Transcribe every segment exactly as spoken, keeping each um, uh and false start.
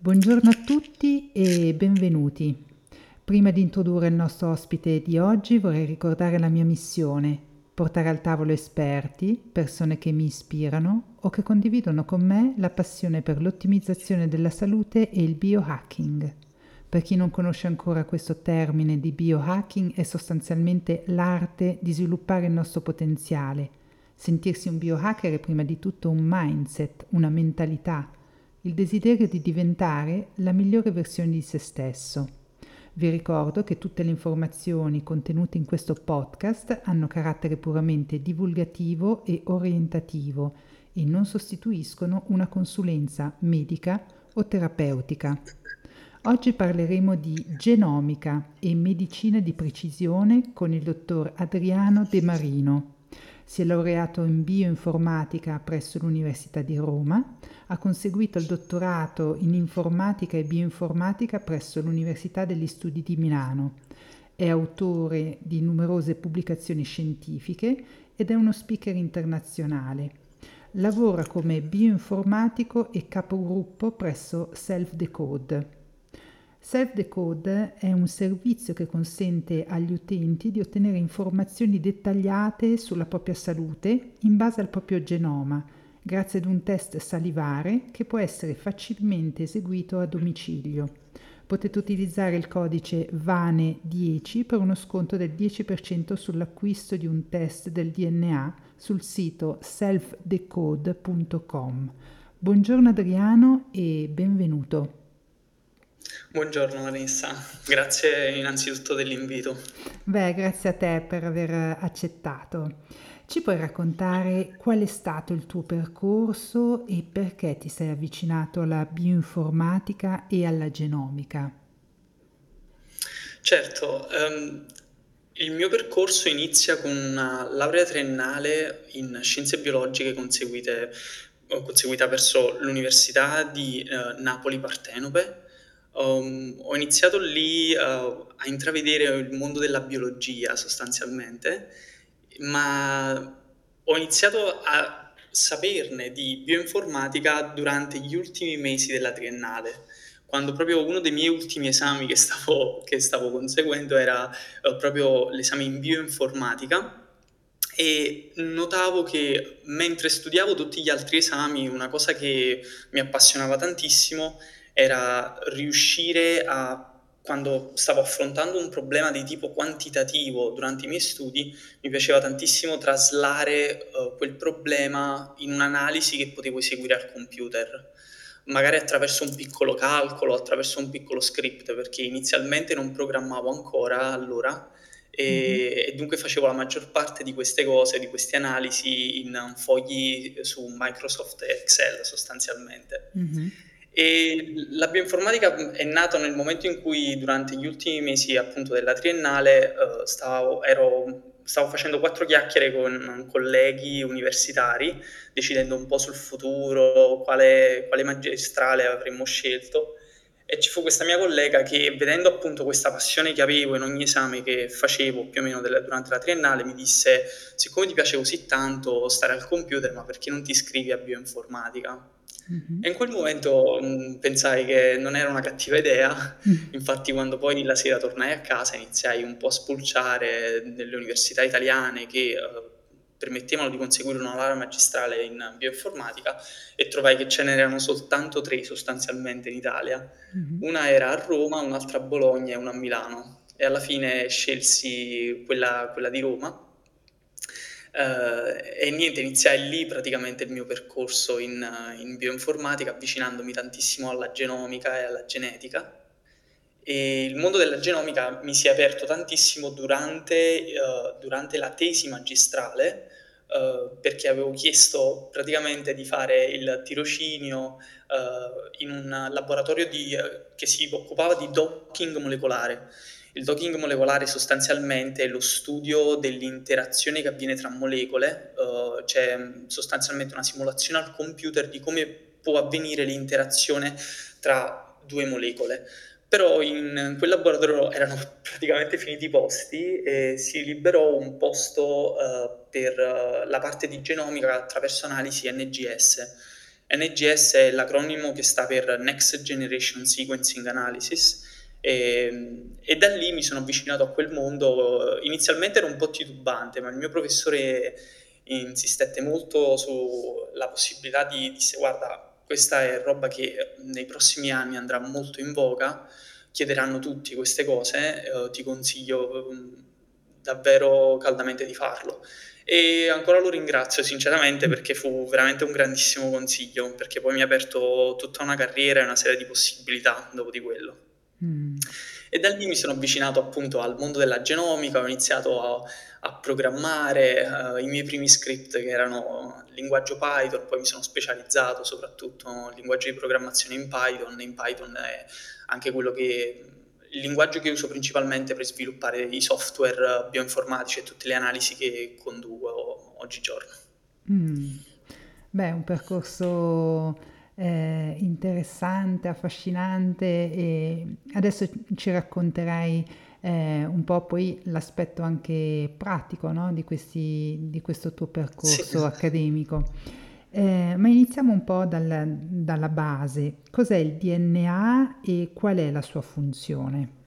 Buongiorno a tutti e benvenuti. Prima di introdurre il nostro ospite di oggi vorrei ricordare la mia missione: portare al tavolo esperti, persone che mi ispirano o che condividono con me la passione per l'ottimizzazione della salute e il biohacking. Per chi non conosce ancora questo termine di biohacking, è sostanzialmente l'arte di sviluppare il nostro potenziale. Sentirsi un biohacker è prima di tutto un mindset, una mentalità, il desiderio di diventare la migliore versione di se stesso. Vi ricordo che tutte le informazioni contenute in questo podcast hanno carattere puramente divulgativo e orientativo e non sostituiscono una consulenza medica o terapeutica. Oggi parleremo di genomica e medicina di precisione con il dottor Adriano De Marino. Si è laureato in bioinformatica presso l'Università di Roma, ha conseguito il dottorato in informatica e bioinformatica presso l'Università degli Studi di Milano. È autore di numerose pubblicazioni scientifiche ed è uno speaker internazionale. Lavora come bioinformatico e capogruppo presso SelfDecode. SelfDecode è un servizio che consente agli utenti di ottenere informazioni dettagliate sulla propria salute in base al proprio genoma, grazie ad un test salivare che può essere facilmente eseguito a domicilio. Potete utilizzare il codice V A N E dieci per uno sconto del dieci per cento sull'acquisto di un test del D N A sul sito self decode punto com. Buongiorno Adriano e benvenuto. Buongiorno Vanessa, grazie innanzitutto dell'invito. Beh, grazie a te per aver accettato. Ci puoi raccontare qual è stato il tuo percorso e perché ti sei avvicinato alla bioinformatica e alla genomica? Certo, ehm, il mio percorso inizia con una laurea triennale in scienze biologiche conseguite, eh, conseguita verso l'Università di eh, Napoli Partenope. Um, ho iniziato lì eh, a intravedere il mondo della biologia sostanzialmente, ma ho iniziato a saperne di bioinformatica durante gli ultimi mesi della triennale, quando proprio uno dei miei ultimi esami che stavo, che stavo conseguendo era eh, proprio l'esame in bioinformatica e notavo che mentre studiavo tutti gli altri esami, una cosa che mi appassionava tantissimo era riuscire a, quando stavo affrontando un problema di tipo quantitativo durante i miei studi, mi piaceva tantissimo traslare uh, quel problema in un'analisi che potevo eseguire al computer, magari attraverso un piccolo calcolo, attraverso un piccolo script, perché inizialmente non programmavo ancora allora Mhm. e, e dunque facevo la maggior parte di queste cose, di queste analisi in fogli su Microsoft Excel sostanzialmente. Mhm. E la bioinformatica è nata nel momento in cui durante gli ultimi mesi appunto della triennale eh, stavo, ero, stavo facendo quattro chiacchiere con colleghi universitari, decidendo un po' sul futuro, quale, quale magistrale avremmo scelto. E ci fu questa mia collega che, vedendo appunto questa passione che avevo in ogni esame che facevo più o meno della- durante la triennale, mi disse: siccome ti piace così tanto stare al computer, ma perché non ti iscrivi a bioinformatica? Mhm. E in quel momento mh, pensai che non era una cattiva idea. Mhm. Infatti quando poi la sera tornai a casa iniziai un po' a spulciare nelle università italiane che eh, permettevano di conseguire una laurea magistrale in bioinformatica e trovai che ce n'erano soltanto tre sostanzialmente in Italia. Mhm. Una era a Roma, un'altra a Bologna e una a Milano. E alla fine scelsi quella, quella di Roma. Eh, e niente, iniziai lì praticamente il mio percorso in, in bioinformatica, avvicinandomi tantissimo alla genomica e alla genetica. E il mondo della genomica mi si è aperto tantissimo durante, eh, durante la tesi magistrale, eh, perché avevo chiesto praticamente di fare il tirocinio eh, in un laboratorio di, eh, che si occupava di docking molecolare. Il docking molecolare sostanzialmente è lo studio dell'interazione che avviene tra molecole, eh, c'è sostanzialmente una simulazione al computer di come può avvenire l'interazione tra due molecole. Però in quel laboratorio erano praticamente finiti i posti e si liberò un posto eh, per eh, la parte di genomica attraverso analisi N G S. N G S è l'acronimo che sta per Next Generation Sequencing Analysis e, e da lì mi sono avvicinato a quel mondo. Inizialmente ero un po' titubante, ma il mio professore insistette molto sulla possibilità di, disse guarda, questa è roba che nei prossimi anni andrà molto in voga, chiederanno tutti queste cose, eh, ti consiglio mm, davvero caldamente di farlo. E ancora lo ringrazio sinceramente perché fu veramente un grandissimo consiglio, perché poi mi ha aperto tutta una carriera e una serie di possibilità dopo di quello. Mm. E da lì mi sono avvicinato appunto al mondo della genomica, ho iniziato a, a programmare uh, i miei primi script che erano in linguaggio Python, poi mi sono specializzato soprattutto nel linguaggio di programmazione in Python. In Python è anche quello che il linguaggio che uso principalmente per sviluppare i software bioinformatici e tutte le analisi che conduco oggigiorno. Mm. Beh, un percorso eh, interessante, affascinante e adesso ci racconterai eh, un po' poi l'aspetto anche pratico, no, di questi- di questo tuo Sì. percorso accademico. Eh, ma iniziamo un po' dal- dalla base. Cos'è il D N A e qual è la sua funzione?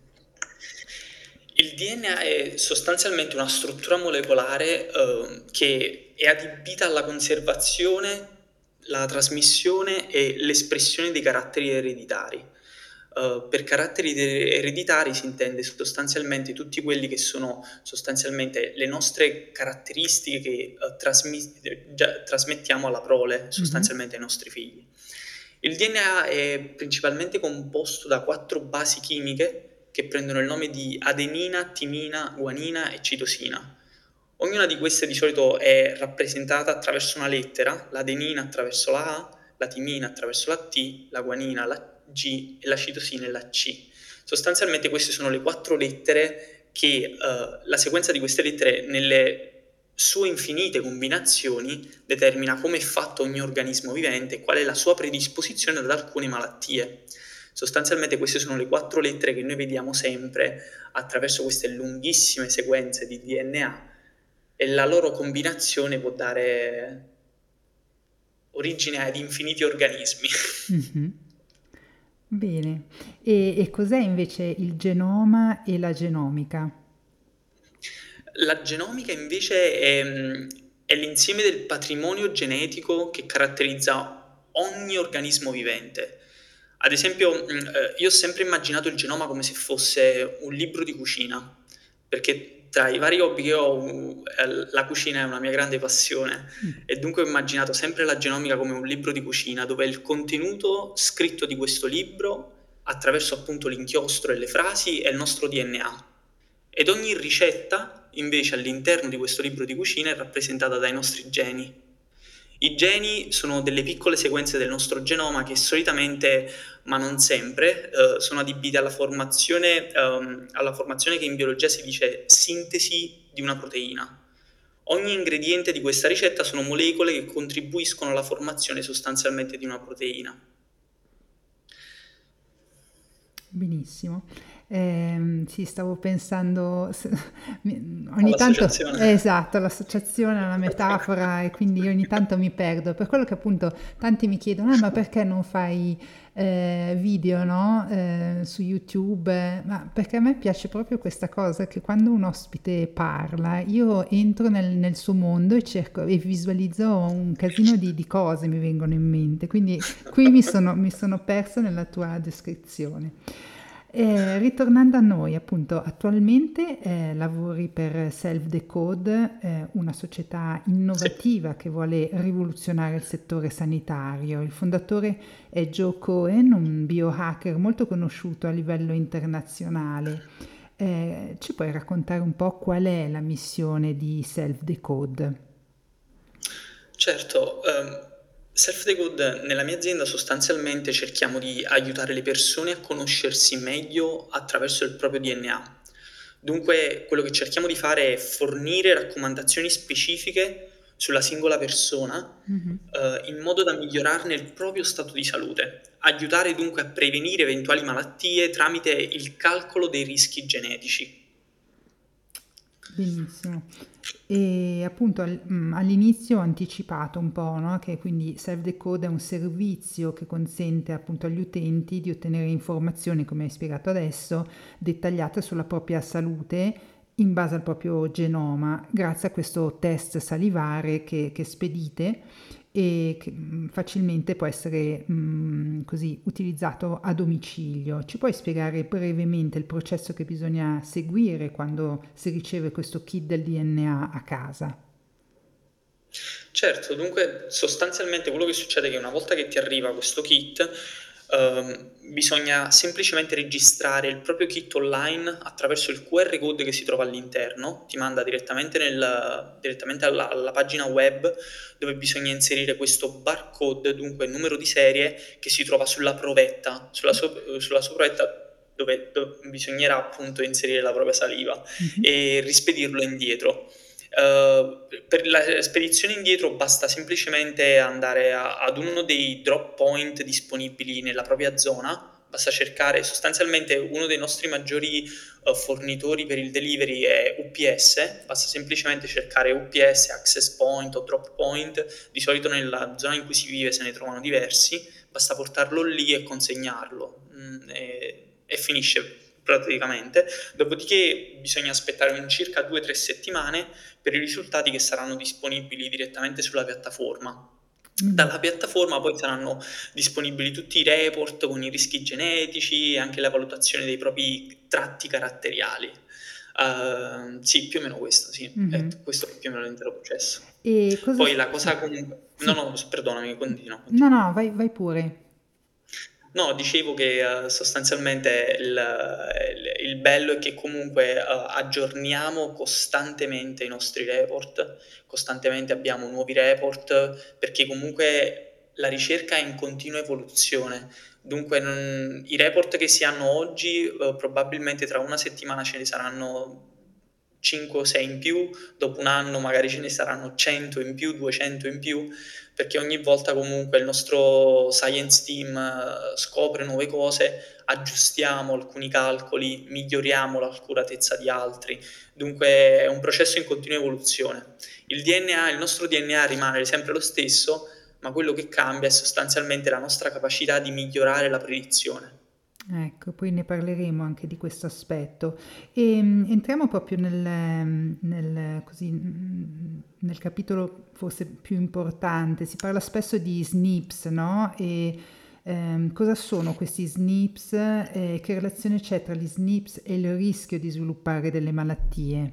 Il D N A è sostanzialmente una struttura molecolare eh, che è adibita alla conservazione, la trasmissione e l'espressione dei caratteri ereditari. Eh, per caratteri de- ereditari si intende sostanzialmente tutti quelli che sono sostanzialmente le nostre caratteristiche che eh, trasmi- già- trasmettiamo alla prole, Mhm. sostanzialmente ai nostri figli. Il D N A è principalmente composto da quattro basi chimiche che prendono il nome di adenina, timina, guanina e citosina. Ognuna di queste di solito è rappresentata attraverso una lettera, l'adenina attraverso la A, la timina attraverso la T, la guanina la G e la citosina e la C. Sostanzialmente queste sono le quattro lettere che eh, la sequenza di queste lettere nelle sue infinite combinazioni determina come è fatto ogni organismo vivente e qual è la sua predisposizione ad alcune malattie. Sostanzialmente queste sono le quattro lettere che noi vediamo sempre attraverso queste lunghissime sequenze di D N A e la loro combinazione può dare origine ad infiniti organismi. Mhm. Bene. E, e cos'è invece il genoma e la genomica? La genomica invece è, è l'insieme del patrimonio genetico che caratterizza ogni organismo vivente. Ad esempio, mh, eh, io ho sempre immaginato il genoma come se fosse un libro di cucina, perché tra i vari hobby che ho, uh, eh, la cucina è una mia grande passione e dunque ho immaginato sempre la genomica come un libro di cucina, dove il contenuto scritto di questo libro, attraverso appunto l'inchiostro e le frasi, è il nostro D N A. Ed ogni ricetta, invece, all'interno di questo libro di cucina è rappresentata dai nostri geni. I geni sono delle piccole sequenze del nostro genoma che solitamente, ma non sempre, eh, sono adibite alla formazione, ehm, alla formazione che in biologia si dice sintesi di una proteina. Ogni ingrediente di questa ricetta sono molecole che contribuiscono alla formazione sostanzialmente di una proteina. Benissimo. Ehm, sì, stavo pensando, s- mi- ogni tanto, All'associazione. eh, esatto, l'associazione, la metafora, e quindi io ogni tanto mi perdo. Per quello che appunto tanti mi chiedono, "Ah, ma perché non fai eh, video, no? Eh, su YouTube?" Ma perché a me piace proprio questa cosa, che quando un ospite parla, io entro nel, nel suo mondo e cerco e visualizzo un casino di, di cose mi vengono in mente. Quindi qui mi sono, mi sono persa nella tua descrizione. Eh, ritornando a noi, appunto, attualmente eh, lavori per Self Decode, eh, una società Sì. innovativa che vuole rivoluzionare il settore sanitario. Il fondatore è Joe Cohen, un biohacker molto conosciuto a livello internazionale. Eh, ci puoi raccontare un po' qual è la missione di Self Decode? Certo, ehm, Self The Good nella mia azienda sostanzialmente cerchiamo di aiutare le persone a conoscersi meglio attraverso il proprio D N A. Dunque, quello che cerchiamo di fare è fornire raccomandazioni specifiche sulla singola persona, Mhm. eh, in modo da migliorarne il proprio stato di salute, aiutare dunque a prevenire eventuali malattie tramite il calcolo dei rischi genetici. Benissimo. E appunto al- mm, all'inizio ho anticipato un po', no? Che quindi Save the Code è un servizio che consente appunto agli utenti di ottenere informazioni, come hai spiegato adesso, dettagliate sulla propria salute in base al proprio genoma, grazie a questo test salivare che, che spedite e che mm, facilmente può essere mm, così utilizzato a domicilio. Ci puoi spiegare brevemente il processo che bisogna seguire quando si riceve questo kit del D N A a casa? Certo, dunque sostanzialmente quello che succede è che una volta che ti arriva questo kit, ehm, bisogna semplicemente registrare il proprio kit online attraverso il Q R code che si trova all'interno, ti manda direttamente, nel, direttamente alla, alla pagina web dove bisogna inserire questo barcode, dunque il numero di serie che si trova sulla provetta, sulla, so- sulla sua provetta dove, dove bisognerà appunto inserire la propria saliva Mhm. e rispedirlo indietro. Uh, per la spedizione indietro basta semplicemente andare a, ad uno dei drop point disponibili nella propria zona, basta cercare sostanzialmente uno dei nostri maggiori uh, fornitori per il delivery è U P S, basta semplicemente cercare U P S, access point o drop point, di solito nella zona in cui si vive se ne trovano diversi, basta portarlo lì e consegnarlo mm, e, e finisce praticamente. Dopodiché bisogna aspettare in circa due tre settimane per i risultati che saranno disponibili direttamente sulla piattaforma. Dalla Benissimo. piattaforma poi saranno disponibili tutti i report con i rischi genetici e anche la valutazione dei propri tratti caratteriali. Uh, sì, più o meno questo, sì, è, Mhm. questo è più o meno l'intero processo. E cosa... Poi s- la Sì, cosa comunque... No, sì. no, perdonami, continua, No, continua. no, vai, vai pure. No, dicevo che eh, sostanzialmente il, il- il bello è che comunque eh, aggiorniamo costantemente i nostri report, costantemente abbiamo nuovi report, perché comunque la ricerca è in continua evoluzione. Dunque, non- i report che si hanno oggi, eh, probabilmente tra una settimana ce ne saranno cinque o sei in più, dopo un anno magari ce ne saranno cento in più, duecento in più, perché ogni volta comunque il nostro science team eh, scopre nuove cose, aggiustiamo alcuni calcoli, miglioriamo l'accuratezza di altri, dunque è un processo in continua evoluzione. Il D N A, il nostro D N A rimane sempre lo stesso, ma quello che cambia è sostanzialmente la nostra capacità di migliorare la predizione. Ecco, poi ne parleremo anche di questo aspetto. E, mm, entriamo proprio nel, ehm, nel, così, mm, nel capitolo forse più importante. Si parla spesso di S N Ps, no? E ehm, cosa sono questi S N Ps? E che relazione c'è tra gli S N Ps e il rischio di sviluppare delle malattie?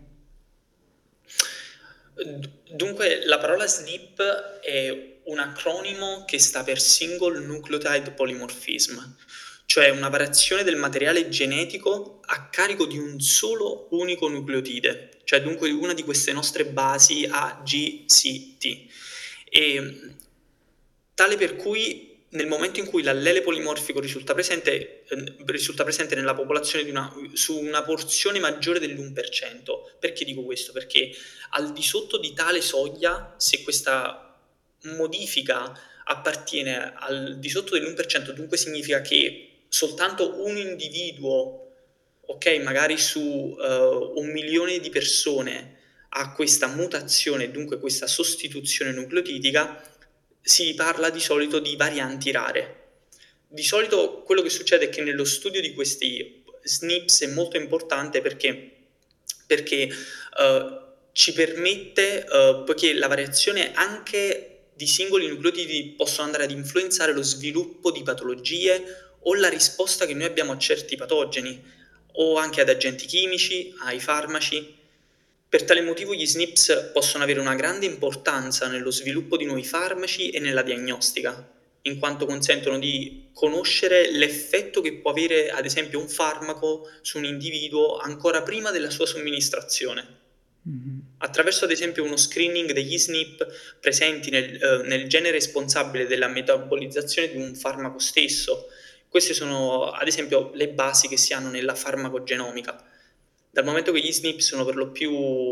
Dunque, la parola S N P è un acronimo che sta per Single Nucleotide Polymorphism, cioè una variazione del materiale genetico a carico di un solo unico nucleotide, cioè dunque una di queste nostre basi A, G, C, T. E tale per cui nel momento in cui l'allele polimorfico risulta presente, eh, risulta presente nella popolazione di una, su una porzione maggiore dell'uno per cento. Perché dico questo? Perché al di sotto di tale soglia, se questa modifica appartiene al di sotto dell'uno per cento, dunque significa che soltanto un individuo, ok, magari su uh, un milione di persone ha questa mutazione, dunque questa sostituzione nucleotidica, si parla di solito di varianti rare. Di solito quello che succede è che nello studio di questi S N Ps è molto importante perché, perché uh, ci permette, uh, poiché la variazione anche di singoli nucleotidi possono andare ad influenzare lo sviluppo di patologie o la risposta che noi abbiamo a certi patogeni o anche ad agenti chimici, ai farmaci. Per tale motivo gli S N Ps possono avere una grande importanza nello sviluppo di nuovi farmaci e nella diagnostica, in quanto consentono di conoscere l'effetto che può avere, ad esempio, un farmaco su un individuo ancora prima della sua somministrazione. Mhm. Attraverso, ad esempio, uno screening degli S N P presenti nel, eh, nel gene responsabile della metabolizzazione di un farmaco stesso. Queste sono, ad esempio, le basi che si hanno nella farmacogenomica. Dal momento che gli S N P sono per lo più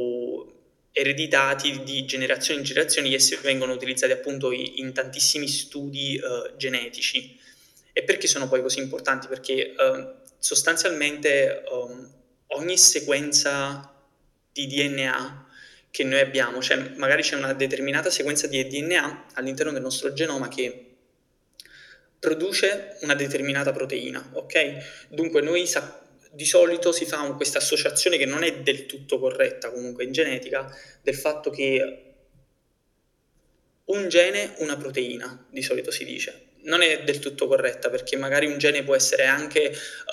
ereditati di generazione in generazione, essi vengono utilizzati appunto in tantissimi studi eh, genetici. E perché sono poi così importanti? Perché eh, sostanzialmente um, ogni sequenza di D N A che noi abbiamo, cioè magari c'è una determinata sequenza di D N A all'interno del nostro genoma che produce una determinata proteina, ok? Dunque noi sa- di solito si fa un- questa associazione che non è del tutto corretta comunque in genetica, del fatto che un gene, una proteina, di solito si dice. Non è del tutto corretta perché magari un gene può essere anche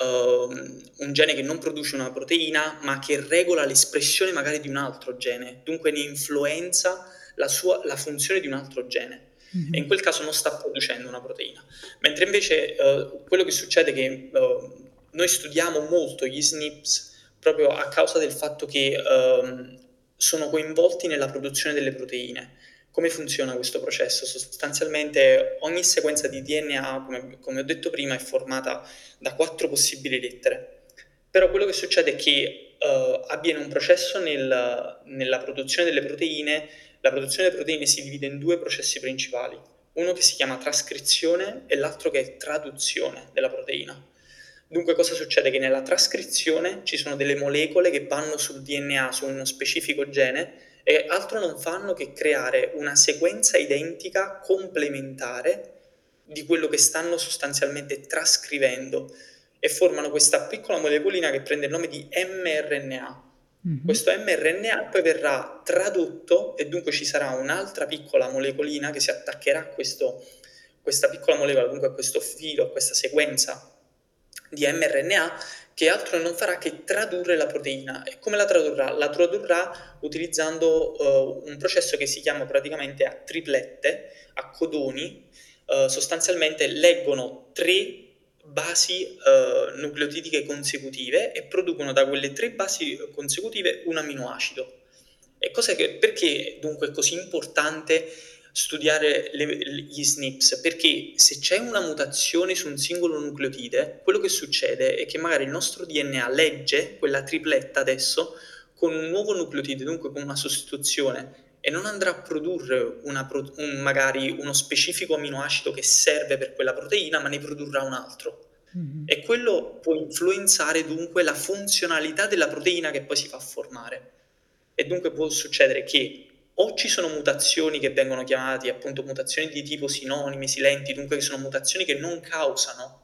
ehm, un gene che non produce una proteina, ma che regola l'espressione magari di un altro gene, dunque ne influenza la, sua, la funzione di un altro gene. E in Mhm. quel caso non sta producendo una proteina. Mentre invece eh, quello che succede è che eh, noi studiamo molto gli S N Ps proprio a causa del fatto che ehm, sono coinvolti nella produzione delle proteine. Come funziona questo processo? Sostanzialmente ogni sequenza di D N A, come, come ho detto prima, è formata da quattro possibili lettere. Però quello che succede è che eh, avviene un processo nel- nella produzione delle proteine. La produzione delle proteine si divide in due processi principali, uno che si chiama trascrizione e l'altro che è traduzione della proteina. Dunque cosa succede? Che nella trascrizione ci sono delle molecole che vanno sul D N A, su uno specifico gene, e altro non fanno che creare una sequenza identica, complementare, di quello che stanno sostanzialmente trascrivendo e formano questa piccola molecolina che prende il nome di mRNA. Mhm. Questo mRNA poi verrà tradotto e dunque ci sarà un'altra piccola molecolina che si attaccherà a questo, questa piccola molecola, dunque a questo filo, a questa sequenza di mRNA che altro non farà che tradurre la proteina. E come la tradurrà? La tradurrà utilizzando uh, un processo che si chiama praticamente a triplette, a codoni. Uh, sostanzialmente leggono tre basi uh, nucleotidiche consecutive e producono da quelle tre basi consecutive un aminoacido. E cos'è che, perché dunque è così importante studiare le, gli S N Ps? Perché se c'è una mutazione su un singolo nucleotide, quello che succede è che magari il nostro D N A legge quella tripletta adesso con un nuovo nucleotide, dunque con una sostituzione, e non andrà a produrre una pro- un, magari uno specifico aminoacido che serve per quella proteina, ma ne produrrà un altro. Mhm. E quello può influenzare dunque la funzionalità della proteina che poi si fa formare. E dunque può succedere che o ci sono mutazioni che vengono chiamate appunto mutazioni di tipo sinonimi, silenti, dunque che sono mutazioni che non causano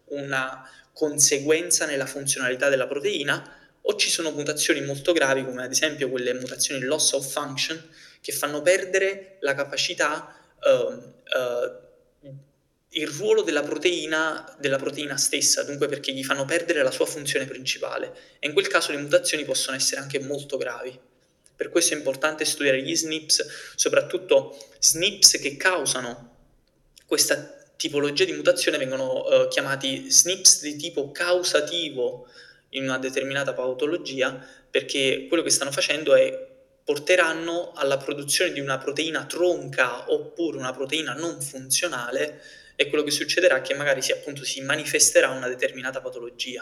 una conseguenza nella funzionalità della proteina, o ci sono mutazioni molto gravi, come ad esempio quelle mutazioni loss of function, che fanno perdere la capacità, eh, eh, il ruolo della proteina, della proteina stessa, dunque perché gli fanno perdere la sua funzione principale. E in quel caso le mutazioni possono essere anche molto gravi. Per questo è importante studiare gli S N Ps, soprattutto S N Ps che causano questa tipologia di mutazione vengono eh, chiamati S N Ps di tipo causativo in una determinata patologia, perché quello che stanno facendo è porteranno alla produzione di una proteina tronca oppure una proteina non funzionale, e quello che succederà è che magari si, appunto, si manifesterà una determinata patologia.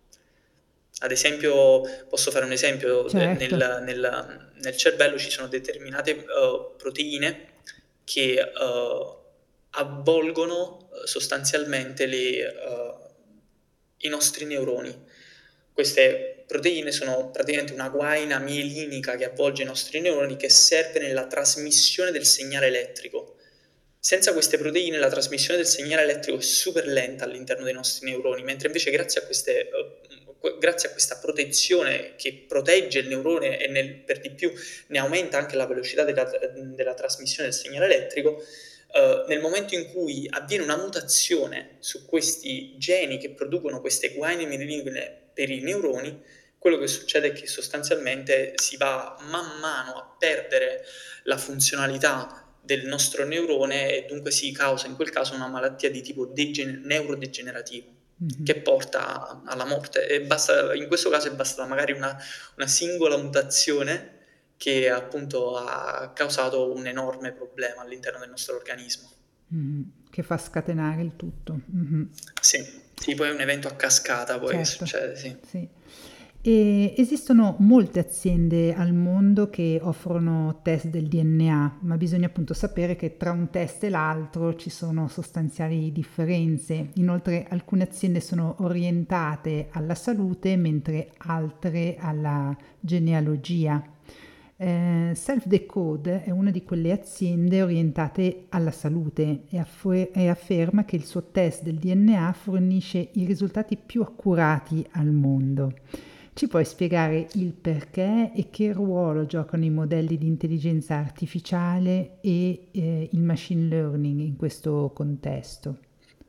Ad esempio, posso fare un esempio, eh, Certo. nel, nel- nel cervello ci sono determinate eh, proteine che eh, avvolgono eh, sostanzialmente le, eh, i nostri neuroni. Queste proteine sono praticamente una guaina mielinica che avvolge i nostri neuroni, che serve nella trasmissione del segnale elettrico. Senza queste proteine la trasmissione del segnale elettrico è super lenta all'interno dei nostri neuroni, mentre invece grazie a, queste, uh, grazie a questa protezione che protegge il neurone e nel, per di più ne aumenta anche la velocità della, della trasmissione del segnale elettrico, uh, nel momento in cui avviene una mutazione su questi geni che producono queste guaine mieliniche per i neuroni, quello che succede è che sostanzialmente si va man mano a perdere la funzionalità del nostro neurone e dunque si causa in quel caso una malattia di tipo degen- neurodegenerativo Mhm. che porta alla morte. E basta, in questo caso è bastata magari una, una singola mutazione che appunto ha causato un enorme problema all'interno del nostro organismo. Mhm. Che fa scatenare il tutto. Mhm. Sì, sì, poi è un evento a cascata poi che Certo, succede, sì. sì. E esistono molte aziende al mondo che offrono test del D N A, ma bisogna appunto sapere che tra un test e l'altro ci sono sostanziali differenze. Inoltre alcune aziende sono orientate alla salute, mentre altre alla genealogia. Eh, Self Decode è una di quelle aziende orientate alla salute e, affer- e afferma che il suo test del D N A fornisce i risultati più accurati al mondo. Ci puoi spiegare il perché e che ruolo giocano i modelli di intelligenza artificiale e eh, il machine learning in questo contesto?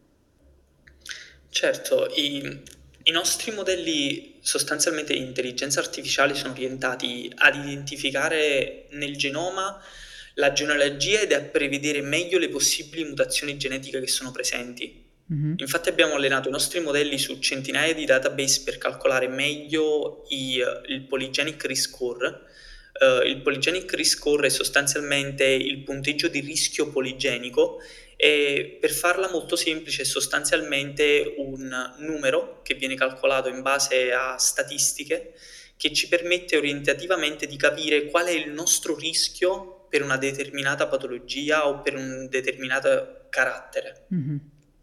Certo, i, i nostri modelli sostanzialmente di intelligenza artificiale sono orientati ad identificare nel genoma la genealogia ed a prevedere meglio le possibili mutazioni genetiche che sono presenti. Mhm. Infatti abbiamo allenato i nostri modelli su centinaia di database per calcolare meglio i- il polygenic risk score. Eh, il polygenic risk score è sostanzialmente il punteggio di rischio poligenico e per farla molto semplice è sostanzialmente un numero che viene calcolato in base a statistiche che ci permette orientativamente di capire qual è il nostro rischio per una determinata patologia o per un determinato carattere. Mhm.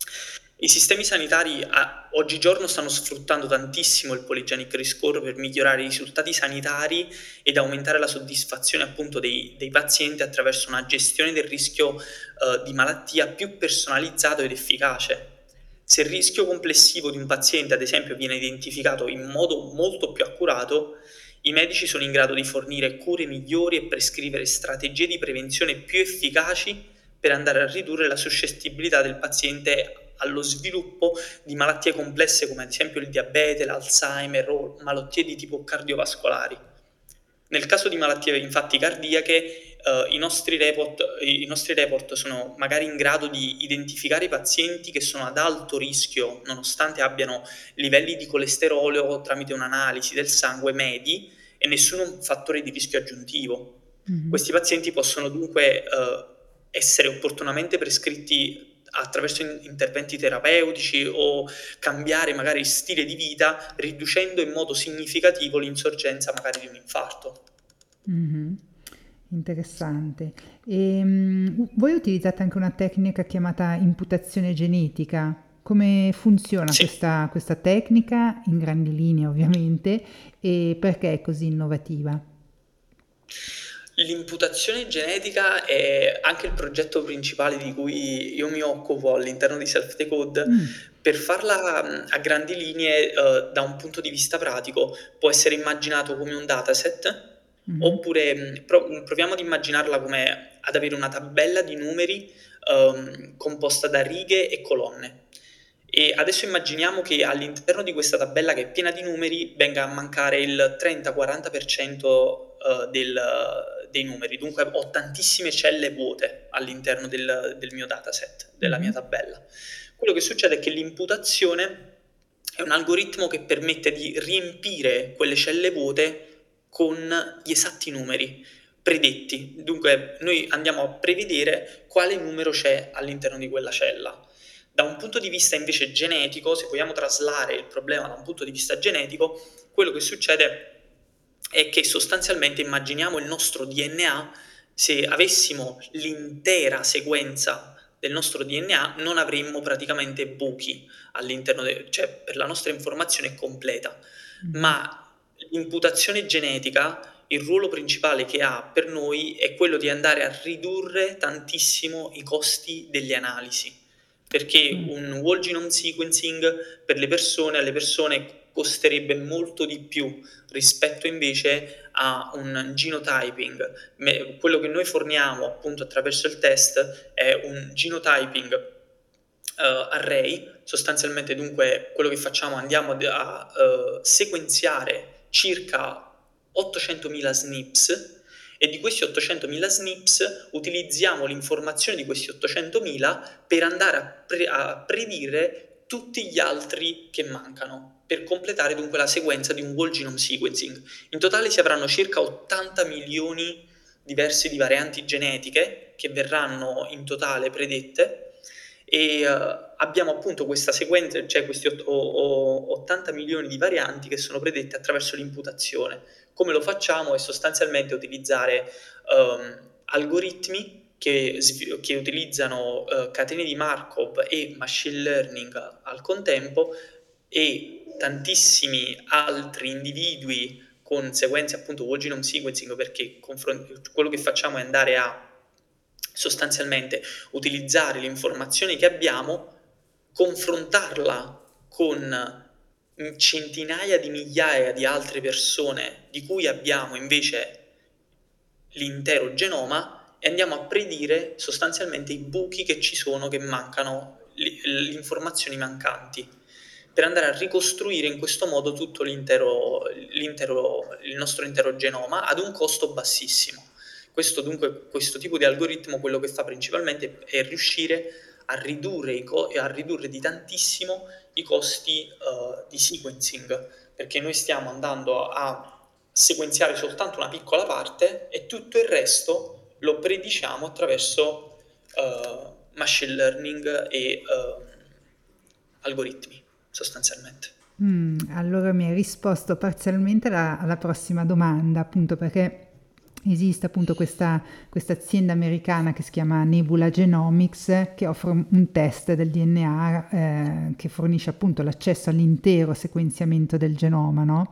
I sistemi sanitari a- oggigiorno stanno sfruttando tantissimo il polygenic risk score per migliorare i risultati sanitari ed aumentare la soddisfazione appunto dei, dei pazienti attraverso una gestione del rischio eh, di malattia più personalizzato ed efficace. Se il rischio complessivo di un paziente, ad esempio, viene identificato in modo molto più accurato, i medici sono in grado di fornire cure migliori e prescrivere strategie di prevenzione più efficaci per andare a ridurre la suscettibilità del paziente allo sviluppo di malattie complesse come ad esempio il diabete, l'Alzheimer o malattie di tipo cardiovascolari. Nel caso di malattie infatti cardiache, eh, i, nostri report, i nostri report sono magari in grado di identificare i pazienti che sono ad alto rischio nonostante abbiano livelli di colesterolo tramite un'analisi del sangue medi e nessun fattore di rischio aggiuntivo. Mhm. Questi pazienti possono dunque eh, essere opportunamente prescritti attraverso in- interventi terapeutici o cambiare magari stile di vita, riducendo in modo significativo l'insorgenza magari di un infarto. Mhm. Interessante. E, mm, voi utilizzate anche una tecnica chiamata imputazione genetica. Come funziona Sì. questa, questa tecnica, in grandi linee ovviamente, e perché è così innovativa? L'imputazione genetica è anche il progetto principale di cui io mi occupo all'interno di Self Decode. Mm. Per farla mh, a grandi linee, eh, da un punto di vista pratico, può essere immaginato come un dataset, Mhm. oppure mh, pro- mh, proviamo ad immaginarla come ad avere una tabella di numeri ehm, composta da righe e colonne. E adesso immaginiamo che all'interno di questa tabella che è piena di numeri venga a mancare il trenta-quaranta per cento eh, del, dei numeri, dunque ho tantissime celle vuote all'interno del, del mio dataset, della mia Mhm. tabella. Quello che succede è che l'imputazione è un algoritmo che permette di riempire quelle celle vuote con gli esatti numeri predetti. Dunque noi andiamo a prevedere quale numero c'è all'interno di quella cella. Da un punto di vista invece genetico, se vogliamo traslare il problema da un punto di vista genetico, quello che succede è che sostanzialmente immaginiamo il nostro D N A, se avessimo l'intera sequenza del nostro D N A non avremmo praticamente buchi all'interno, de- cioè per la nostra informazione è completa, Mhm. ma l'imputazione genetica, il ruolo principale che ha per noi è quello di andare a ridurre tantissimo i costi delle analisi, perché Mm. un whole genome sequencing per le persone, alle persone costerebbe molto di più rispetto invece a un genotyping. Me- quello che noi forniamo appunto attraverso il test è un genotyping eh, array, sostanzialmente dunque quello che facciamo andiamo a, a eh, sequenziare circa ottocentomila S N Ps e di questi ottocentomila S N Ps utilizziamo l'informazione di questi ottocentomila per andare a, pre- a predire tutti gli altri che mancano, per completare dunque la sequenza di un whole genome sequencing. In totale si avranno circa ottanta milioni diverse di varianti genetiche che verranno in totale predette e eh, abbiamo appunto questa sequenza, cioè questi ott- o- o- ottanta milioni di varianti che sono predette attraverso l'imputazione. Come lo facciamo? È sostanzialmente utilizzare ehm, algoritmi che, svi- che utilizzano eh, catene di Markov e machine learning al contempo, e tantissimi altri individui con sequenze appunto whole genome sequencing, perché confron- quello che facciamo è andare a sostanzialmente utilizzare l'informazione che abbiamo, confrontarla con centinaia di migliaia di altre persone di cui abbiamo invece l'intero genoma, e andiamo a predire sostanzialmente i buchi che ci sono, che mancano, le informazioni mancanti, per andare a ricostruire in questo modo tutto l'intero, l'intero, il nostro intero genoma ad un costo bassissimo. Questo dunque, questo tipo di algoritmo quello che fa principalmente è riuscire a ridurre, i co- a ridurre di tantissimo i costi uh, di sequencing, perché noi stiamo andando a sequenziare soltanto una piccola parte e tutto il resto lo prediciamo attraverso uh, machine learning e uh, algoritmi, sostanzialmente. Mm, allora mi hai risposto parzialmente alla, alla prossima domanda, appunto perché esiste appunto questa questa azienda americana che si chiama Nebula Genomics che offre un un test del D N A eh, che fornisce appunto l'accesso all'intero sequenziamento del genoma, no?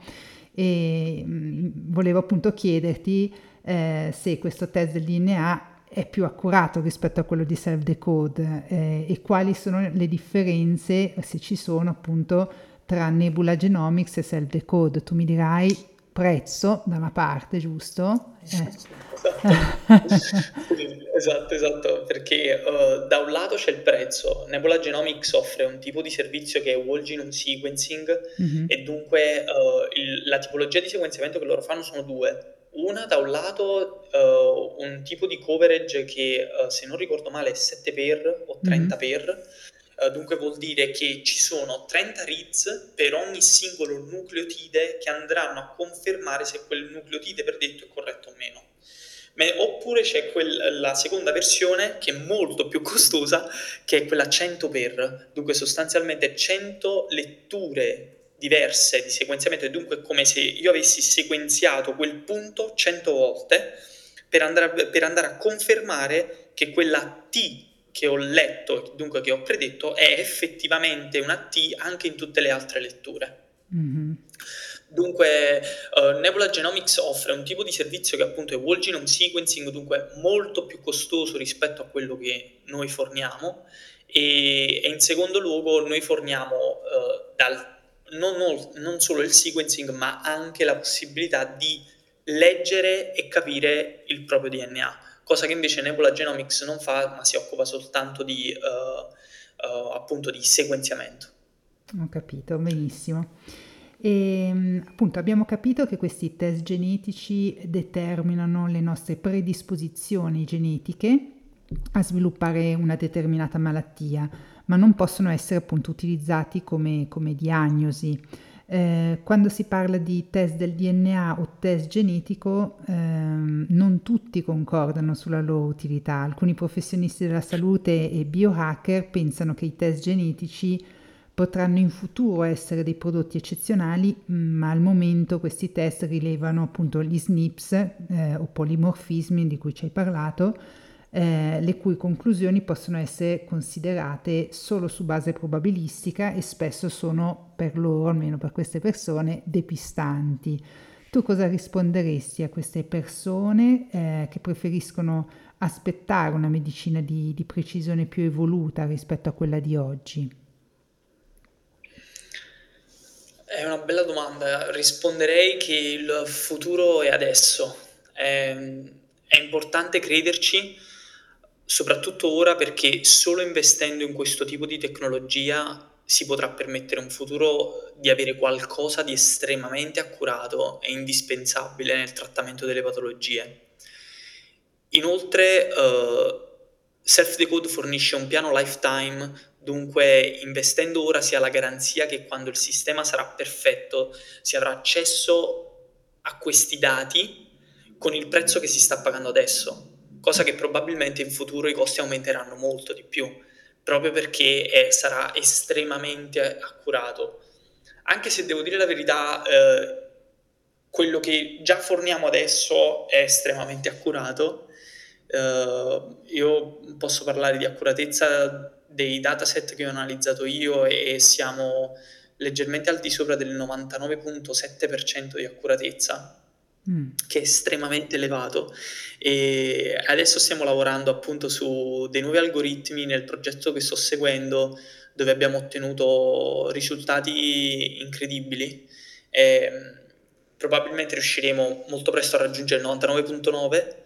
E mm, volevo appunto chiederti eh, se questo test del D N A è più accurato rispetto a quello di Self-Decode eh, e quali sono le differenze, se ci sono appunto, tra Nebula Genomics e Self-Decode. Tu mi dirai prezzo da una parte, giusto? Eh. Esatto. Sì, esatto, esatto, perché uh, da un lato c'è il prezzo. Nebula Genomics offre un tipo di servizio che è whole genome sequencing, Mhm, e dunque uh, il- la tipologia di sequenziamento che loro fanno sono due. Una, da un lato, uh, un tipo di coverage che, uh, se non ricordo male, è sette per o mhm, trenta per. Uh, dunque vuol dire che ci sono trenta reads per ogni singolo nucleotide che andranno a confermare se quel nucleotide predetto è corretto o meno. Me- oppure c'è quel- la seconda versione, che è molto più costosa, che è quella cento per, dunque sostanzialmente cento letture diverse di sequenziamento, e dunque è come se io avessi sequenziato quel punto cento volte per andare a, per andare a confermare che quella T che ho letto, dunque che ho predetto, è effettivamente una T anche in tutte le altre letture. mhm. Dunque, uh, Nebula Genomics offre un tipo di servizio che appunto è whole genome sequencing, dunque molto più costoso rispetto a quello che noi forniamo, e, e in secondo luogo noi forniamo uh, dal, non, non, non solo il sequencing, ma anche la possibilità di leggere e capire il proprio D N A, cosa che invece Nebula Genomics non fa, ma si occupa soltanto di, uh, uh, appunto di sequenziamento. Ho capito, benissimo. E appunto abbiamo capito che questi test genetici determinano le nostre predisposizioni genetiche a sviluppare una determinata malattia, ma non possono essere appunto utilizzati come, come diagnosi. Eh, quando si parla di test del D N A o test genetico, ehm, non tutti concordano sulla loro utilità. Alcuni professionisti della salute e biohacker pensano che i test genetici potranno in futuro essere dei prodotti eccezionali, ma al momento questi test rilevano appunto gli S N Ps eh, o polimorfismi di cui ci hai parlato, eh, le cui conclusioni possono essere considerate solo su base probabilistica e spesso sono per loro, almeno per queste persone, depistanti. Tu cosa risponderesti a queste persone eh, che preferiscono aspettare una medicina di, di precisione più evoluta rispetto a quella di oggi? È una bella domanda. Risponderei che il futuro è adesso. È, è importante crederci, soprattutto ora, perché solo investendo in questo tipo di tecnologia si potrà permettere un futuro di avere qualcosa di estremamente accurato e indispensabile nel trattamento delle patologie. Inoltre, eh, SelfDecode fornisce un piano lifetime, dunque investendo ora si ha la garanzia che quando il sistema sarà perfetto si avrà accesso a questi dati con il prezzo che si sta pagando adesso, cosa che probabilmente in futuro i costi aumenteranno molto di più, proprio perché è- sarà estremamente accurato. Anche se devo dire la verità, eh, quello che già forniamo adesso è estremamente accurato. Eh, io posso parlare di accuratezza dei dataset che ho analizzato io e siamo leggermente al di sopra del novantanove virgola sette per cento di accuratezza, Mm. che è estremamente elevato. E adesso stiamo lavorando appunto su dei nuovi algoritmi nel progetto che sto seguendo, dove abbiamo ottenuto risultati incredibili. E, mh, probabilmente riusciremo molto presto a raggiungere il novantanove virgola nove,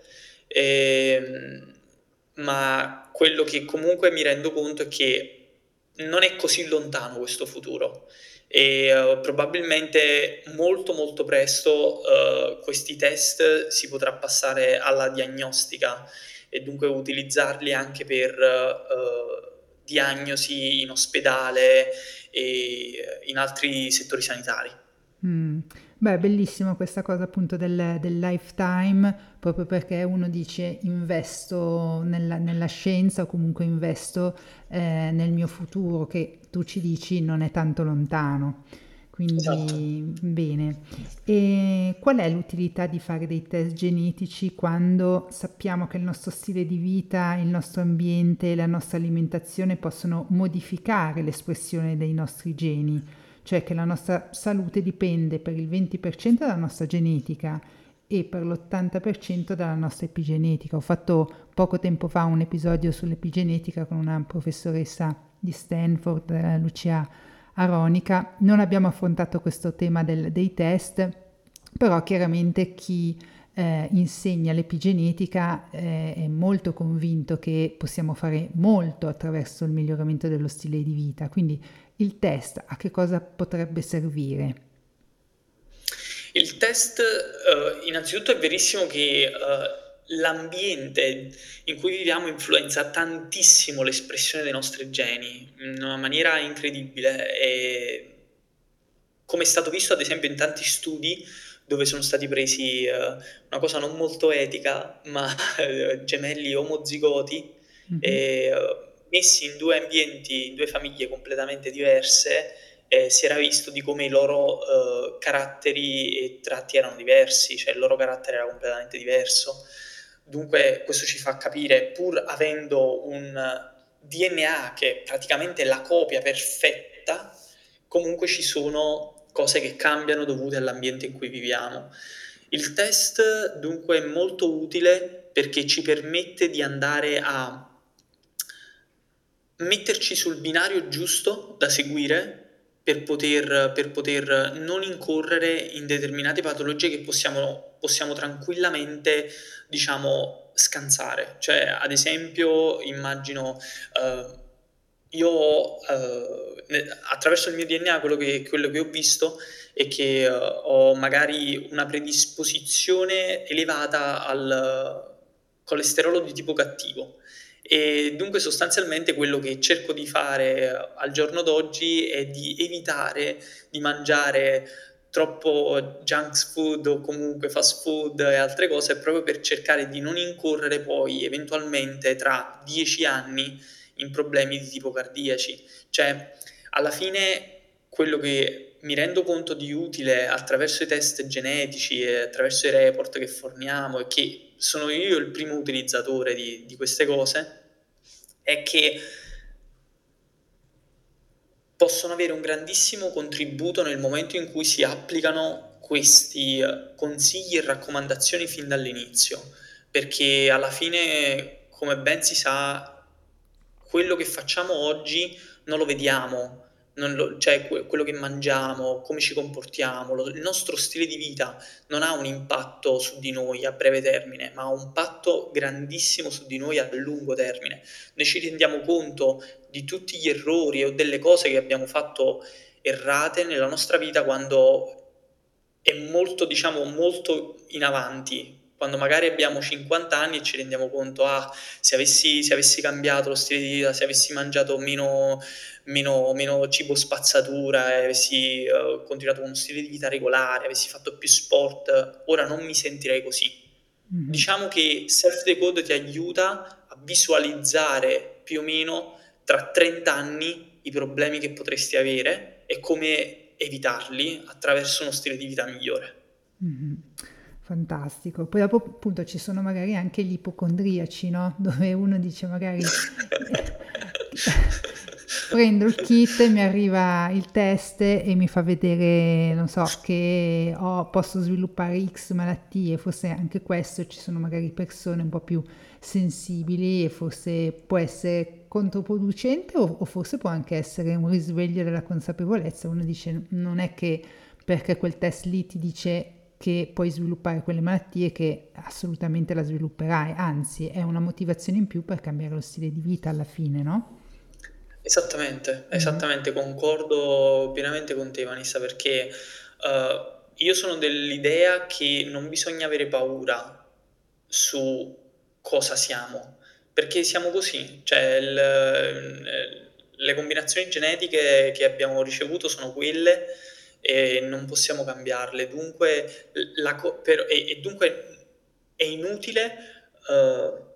ehm, ma quello che comunque mi rendo conto è che non è così lontano questo futuro e eh, probabilmente molto molto presto eh, questi test si potrà passare alla diagnostica e dunque utilizzarli anche per eh, diagnosi in ospedale e eh, in altri settori sanitari. Mm. Beh, bellissima questa cosa appunto del, del lifetime, proprio perché uno dice investo nella, nella scienza o comunque investo eh, nel mio futuro, che tu ci dici non è tanto lontano. Esatto. Quindi bene. E qual è l'utilità di fare dei test genetici quando sappiamo che il nostro stile di vita, il nostro ambiente e la nostra alimentazione possono modificare l'espressione dei nostri geni? Cioè che la nostra salute dipende per il venti per cento dalla nostra genetica e per l'ottanta per cento dalla nostra epigenetica. Ho fatto poco tempo fa un episodio sull'epigenetica con una professoressa di Stanford, eh, Lucia Aronica. Non abbiamo affrontato questo tema del- dei test, però chiaramente chi eh, insegna l'epigenetica eh, è molto convinto che possiamo fare molto attraverso il miglioramento dello stile di vita. Quindi il test a che cosa potrebbe servire? Il test, eh, innanzitutto è verissimo che eh, l'ambiente in cui viviamo influenza tantissimo l'espressione dei nostri geni in una maniera incredibile e come è stato visto ad esempio in tanti studi dove sono stati presi eh, una cosa non molto etica, ma eh, gemelli omozigoti e, Mhm. eh, messi in due ambienti, in due famiglie completamente diverse, eh, si era visto di come i loro eh, caratteri e tratti erano diversi, cioè il loro carattere era completamente diverso. Dunque questo ci fa capire, pur avendo un D N A che è praticamente la copia perfetta, comunque ci sono cose che cambiano dovute all'ambiente in cui viviamo. Il test dunque è molto utile perché ci permette di andare a metterci sul binario giusto da seguire per poter, per poter non incorrere in determinate patologie che possiamo, possiamo tranquillamente, diciamo, scansare. Cioè, ad esempio, immagino, eh, io eh, ne- attraverso il mio D N A quello che, quello che ho visto è che eh, ho magari una predisposizione elevata al colesterolo di tipo cattivo. E dunque sostanzialmente quello che cerco di fare eh, al giorno d'oggi è di evitare di mangiare troppo junk food o comunque fast food e altre cose proprio per cercare di non incorrere poi eventualmente tra dieci anni in problemi di tipo cardiaci. Cioè, alla fine quello che mi rendo conto di utile attraverso i test genetici e attraverso i report che forniamo e che sono io il primo utilizzatore di, di queste cose, è che possono avere un grandissimo contributo nel momento in cui si applicano questi eh, consigli e raccomandazioni fin dall'inizio, perché alla fine, come ben si sa, quello che facciamo oggi non lo vediamo, non lo- cioè que- quello che mangiamo, come ci comportiamo, lo- il nostro stile di vita non ha un impatto su di noi a breve termine, ma ha un impatto grandissimo su di noi a lungo termine. Noi ci rendiamo conto di tutti gli errori o delle cose che abbiamo fatto errate nella nostra vita quando è molto, diciamo, molto in avanti. Quando magari abbiamo cinquanta anni e ci rendiamo conto, ah, se avessi, se avessi cambiato lo stile di vita, se avessi mangiato meno, meno, meno cibo spazzatura, e avessi eh, continuato con uno stile di vita regolare, avessi fatto più sport, ora non mi sentirei così. Mhm. Diciamo che Self Decode ti aiuta a visualizzare più o meno tra trenta anni i problemi che potresti avere e come evitarli attraverso uno stile di vita migliore. Mh-mh. Fantastico. Poi dopo appunto ci sono magari anche gli ipocondriaci, no, dove uno dice magari prendo il kit e mi arriva il test e mi fa vedere, non so, che ho posso sviluppare X malattie, forse anche questo ci sono magari persone un po' più sensibili e forse può essere controproducente o o forse può anche essere un risveglio della consapevolezza. Uno dice: "Non è che perché quel test lì ti dice che puoi sviluppare quelle malattie che assolutamente la svilupperai, anzi è una motivazione in più per cambiare lo stile di vita alla fine, no?" Esattamente, Mh-mh. esattamente, concordo pienamente con te Vanessa, perché, uhm, io sono dell'idea che non bisogna avere paura su cosa siamo, perché siamo così, cioè il ehm, le combinazioni genetiche che abbiamo ricevuto sono quelle e non possiamo cambiarle. Dunque l la co per e e dunque è inutile, uhm,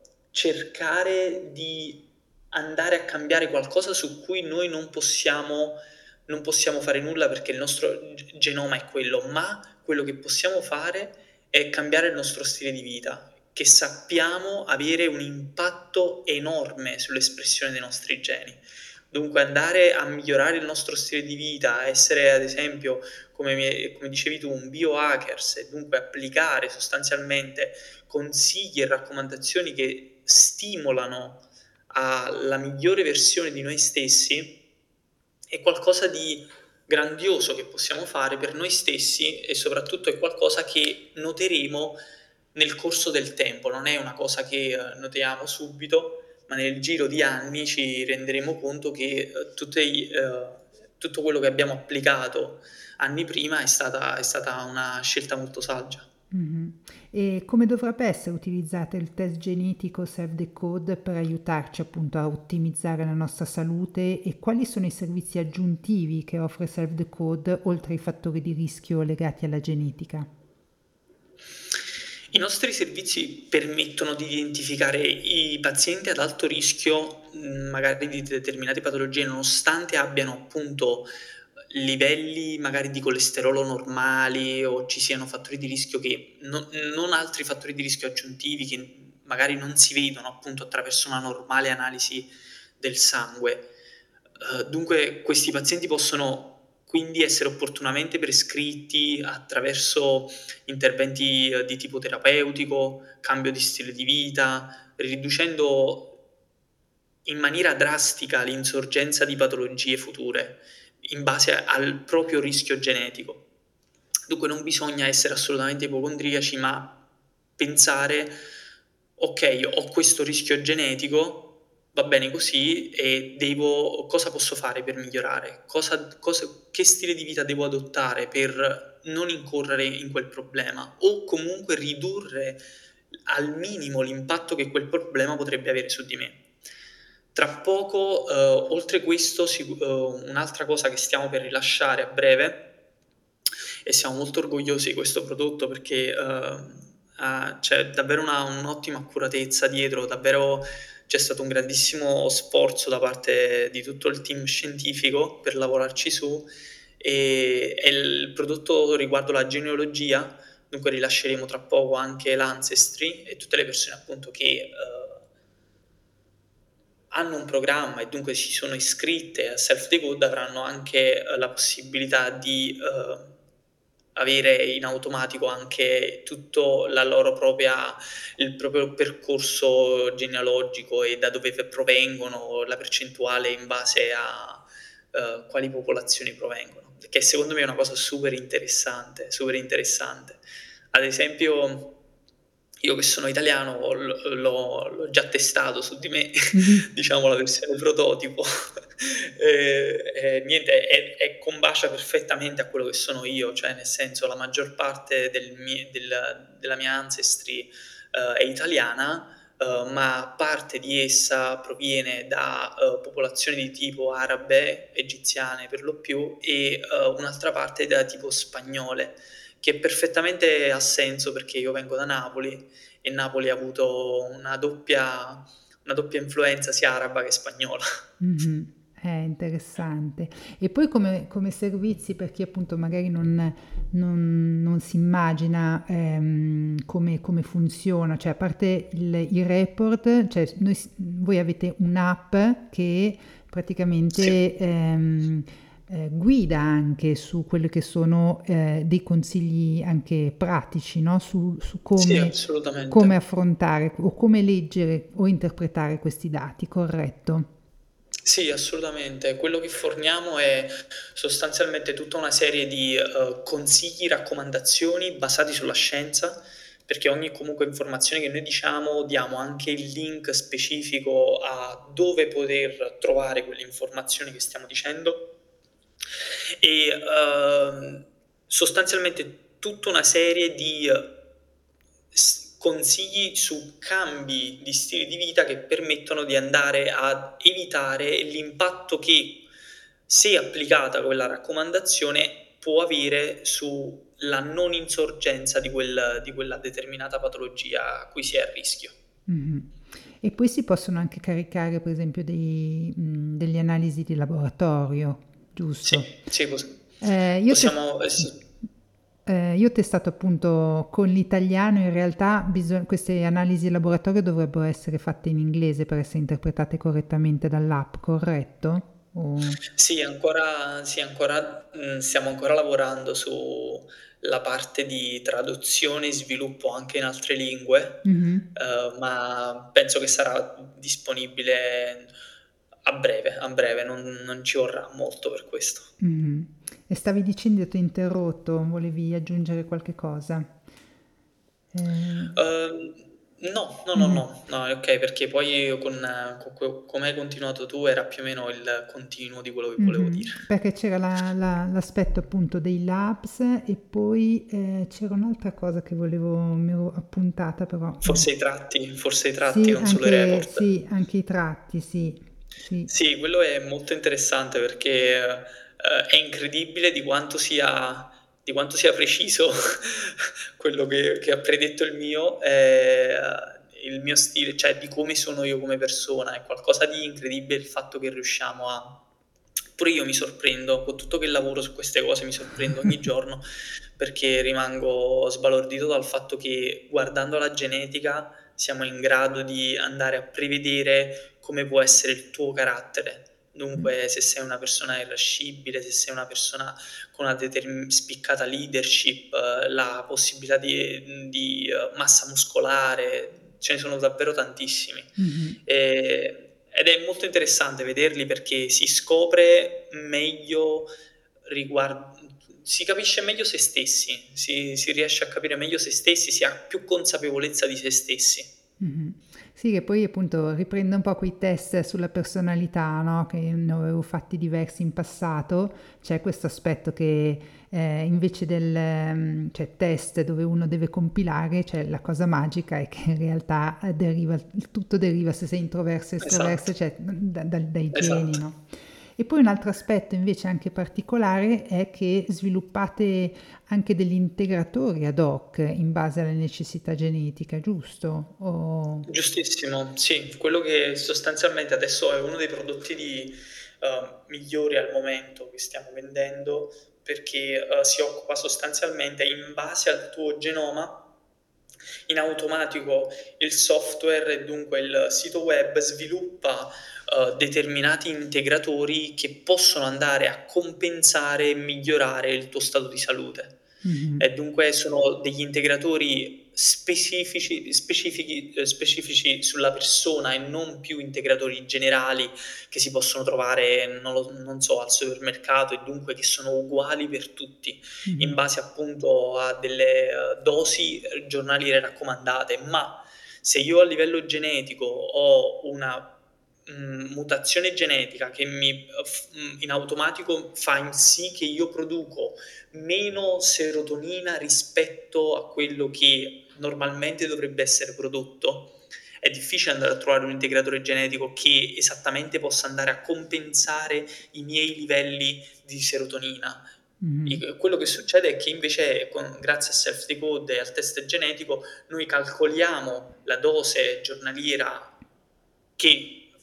cercare di andare a cambiare qualcosa su cui noi non possiamo non possiamo fare nulla perché il nostro g genoma è quello, ma quello che possiamo fare è cambiare il nostro stile di vita, che sappiamo avere un impatto enorme sull'espressione dei nostri geni. Dunque andare a migliorare il nostro stile di vita, essere ad esempio, come mi come dicevi tu, un biohackers e dunque applicare sostanzialmente consigli e raccomandazioni che stimolano alla migliore versione di noi stessi, è qualcosa di grandioso che possiamo fare per noi stessi e soprattutto è qualcosa che noteremo nel corso del tempo, non è una cosa che eh, notiamo subito, ma nel giro di anni ci renderemo conto che eh, tutte i, eh, tutto quello che abbiamo applicato anni prima è stata, è stata una scelta molto saggia. Mh-mh. E come dovrebbe essere utilizzato il test genetico Self-Decode per aiutarci appunto a ottimizzare la nostra salute e quali sono i servizi aggiuntivi che offre Self-Decode oltre ai fattori di rischio legati alla genetica? I nostri servizi permettono di identificare i pazienti ad alto rischio, mhmm, magari di determinate patologie, nonostante abbiano appunto livelli magari di colesterolo normali o ci siano fattori di rischio che no non altri fattori di rischio aggiuntivi che magari non si vedono appunto attraverso una normale analisi del sangue. Uhm, dunque questi pazienti possono quindi essere opportunamente prescritti attraverso interventi, uhm, di tipo terapeutico, cambio di stile di vita, riducendo in maniera drastica l'insorgenza di patologie future, in base al proprio rischio genetico. Dunque non bisogna essere assolutamente ipocondriaci, ma pensare: "Okay, ho questo rischio genetico, va bene così e devo cosa posso fare per migliorare? Cosa cosa che stile di vita devo adottare per non incorrere in quel problema o comunque ridurre al minimo l'impatto che quel problema potrebbe avere su di me?" Tra poco, uhm, oltre questo sicu uhm, un'altra cosa che stiamo per rilasciare a breve e siamo molto orgogliosi di questo prodotto perché, uhm, ha c'è davvero una un'ottima accuratezza dietro, davvero c'è stato un grandissimo sforzo da parte di tutto il team scientifico per lavorarci su, ehm, e il prodotto riguardo la genealogia, dunque rilasceremo tra poco anche l'Ancestry e tutte le persone appunto che, uhm hanno un programma e dunque si sono iscritte a Self Decode avranno anche, uhm, la possibilità di, uhm, avere in automatico anche tutto la loro propria il proprio percorso genealogico e da dove v provengono, la percentuale in base a, uhm, quali popolazioni provengono, che secondo me è una cosa super interessante, super interessante. Ad esempio io che sono italiano l l'ho l'ho già testato su di me, Mh-mh. diciamo la versione prototipo, ehm, e niente, e e combacia perfettamente a quello che sono io, cioè nel senso la maggior parte del mie del della mia ancestry, uhm, è italiana, uhm, ma parte di essa proviene da, uhm, popolazioni di tipo arabe, egiziane per lo più, e, uhm, un'altra parte da tipo spagnole, che perfettamente ha senso perché io vengo da Napoli e Napoli ha avuto una doppia una doppia influenza sia araba che spagnola. Mh-mh. È interessante. E poi come come servizi per chi appunto magari non non non si immagina, ehm, come come funziona, cioè a parte il i report, cioè s noi s voi avete un'app che Sì, praticamente, ehm, ehm, guida anche su quelli che sono, ehm, dei consigli anche pratici, no, su su sì, come come assolutamente. affrontare o come leggere o interpretare questi dati, corretto? Sì, assolutamente. Quello che forniamo è sostanzialmente tutta una serie di, uhm, consigli, raccomandazioni basati sulla scienza, perché ogni comunque informazione che noi diciamo, diamo anche il link specifico a dove poter trovare quelle informazioni che stiamo dicendo. E, uhm, sostanzialmente tutta una serie di eh, s consigli su cambi di stile di vita che permettono di andare ad evitare l'impatto che, se applicata quella raccomandazione, può avere sulla non insorgenza di quel di quella determinata patologia a cui si è a rischio. Mh-mh. E poi si possono anche caricare per esempio dei mhmm, delle analisi di laboratorio, giusto? Sì, sì, pos Ehm, io tes possiamo, eh sì. sì. Ehm, io ho testato appunto con l'italiano, in realtà biso queste analisi di laboratorio dovrebbero essere fatte in inglese per essere interpretate correttamente dall'app, corretto? O Sì, ancora sì, ancora mhmm, stiamo ancora lavorando sulla parte di traduzione e sviluppo anche in altre lingue, mh-mh. uhm, ma penso che sarà disponibile a breve, a breve, non non ci vorrà molto per questo. Mh-mh. E stavi dicendo, t'ho interrotto, volevi aggiungere qualche cosa? Ehm, Uhm, no, no, no, mh-mh. no, no, è okay, perché poi con co co come hai continuato tu era più o meno il continuo di quello che volevo dire. Mh-mh. Perché c'era la la l'aspetto appunto dei labs e poi, ehm, c'era un'altra cosa che volevo mi ero appuntata però no. Forse i tratti forse i tratti, Sì, non solo i anche report. sì, anche i tratti, sì, sì. Sì, quello è molto interessante perché, ehm, è incredibile di quanto sia di quanto sia preciso quello che che ha predetto il mio, ehm, il mio stile, cioè di come sono io come persona. È qualcosa di incredibile il fatto che riusciamo a pure io mi sorprendo, con tutto che lavoro su queste cose, mi sorprendo ogni giorno, perché rimango sbalordito dal fatto che guardando la genetica siamo in grado di andare a prevedere come può essere il tuo carattere. Mh. Dunque, se sei una persona irascibile, se sei una persona con una determ spiccata leadership, eh, la possibilità di di, uhm, massa muscolare, ce ne sono davvero tantissimi. Mh-mh. Ehm, ed è molto interessante vederli perché si scopre meglio riguard si capisce meglio se stessi, si si riesce a capire meglio se stessi, si ha più consapevolezza di se stessi. Mh-mh. Sì, che poi appunto riprende un po' quei test sulla personalità, no, che ne avevo fatti diversi in passato. C'è questo aspetto che, ehm, invece del mhmm, cioè test dove uno deve compilare, cioè la cosa magica è che in realtà, ehm, deriva il tutto deriva se sei introverso o estroverso, Esatto, cioè da dal dai geni, esatto. no? E poi un altro aspetto invece anche particolare è che sviluppate anche degli integratori ad hoc in base alle necessità genetiche, giusto? O Giustissimo, sì. Quello che sostanzialmente adesso è uno dei prodotti di uhm, migliori al momento che stiamo vendendo, perché, uhm, si occupa sostanzialmente in base al tuo genoma, in automatico il software e dunque il sito web sviluppa, uhm, determinati integratori che possono andare a compensare e migliorare il tuo stato di salute. mh-mh, E dunque sono degli integratori specifici specifichi ehm, specifici sulla persona e non più integratori generali che si possono trovare, non lo non so, al supermercato e dunque che sono uguali per tutti, mh-mh, in base appunto a delle, uhm, dosi, ehm, giornaliere raccomandate. Ma se io a livello genetico ho una, mhmm, mutazione genetica che mi, uhm, f mhmm, in automatico fa in sì che io produco meno serotonina rispetto a quello che normalmente dovrebbe essere prodotto, è difficile andare a trovare un integratore genetico che esattamente possa andare a compensare i miei livelli di serotonina. mh-mh, I quello che succede è che invece con grazie a Self Decode e al test genetico noi calcoliamo la dose giornaliera che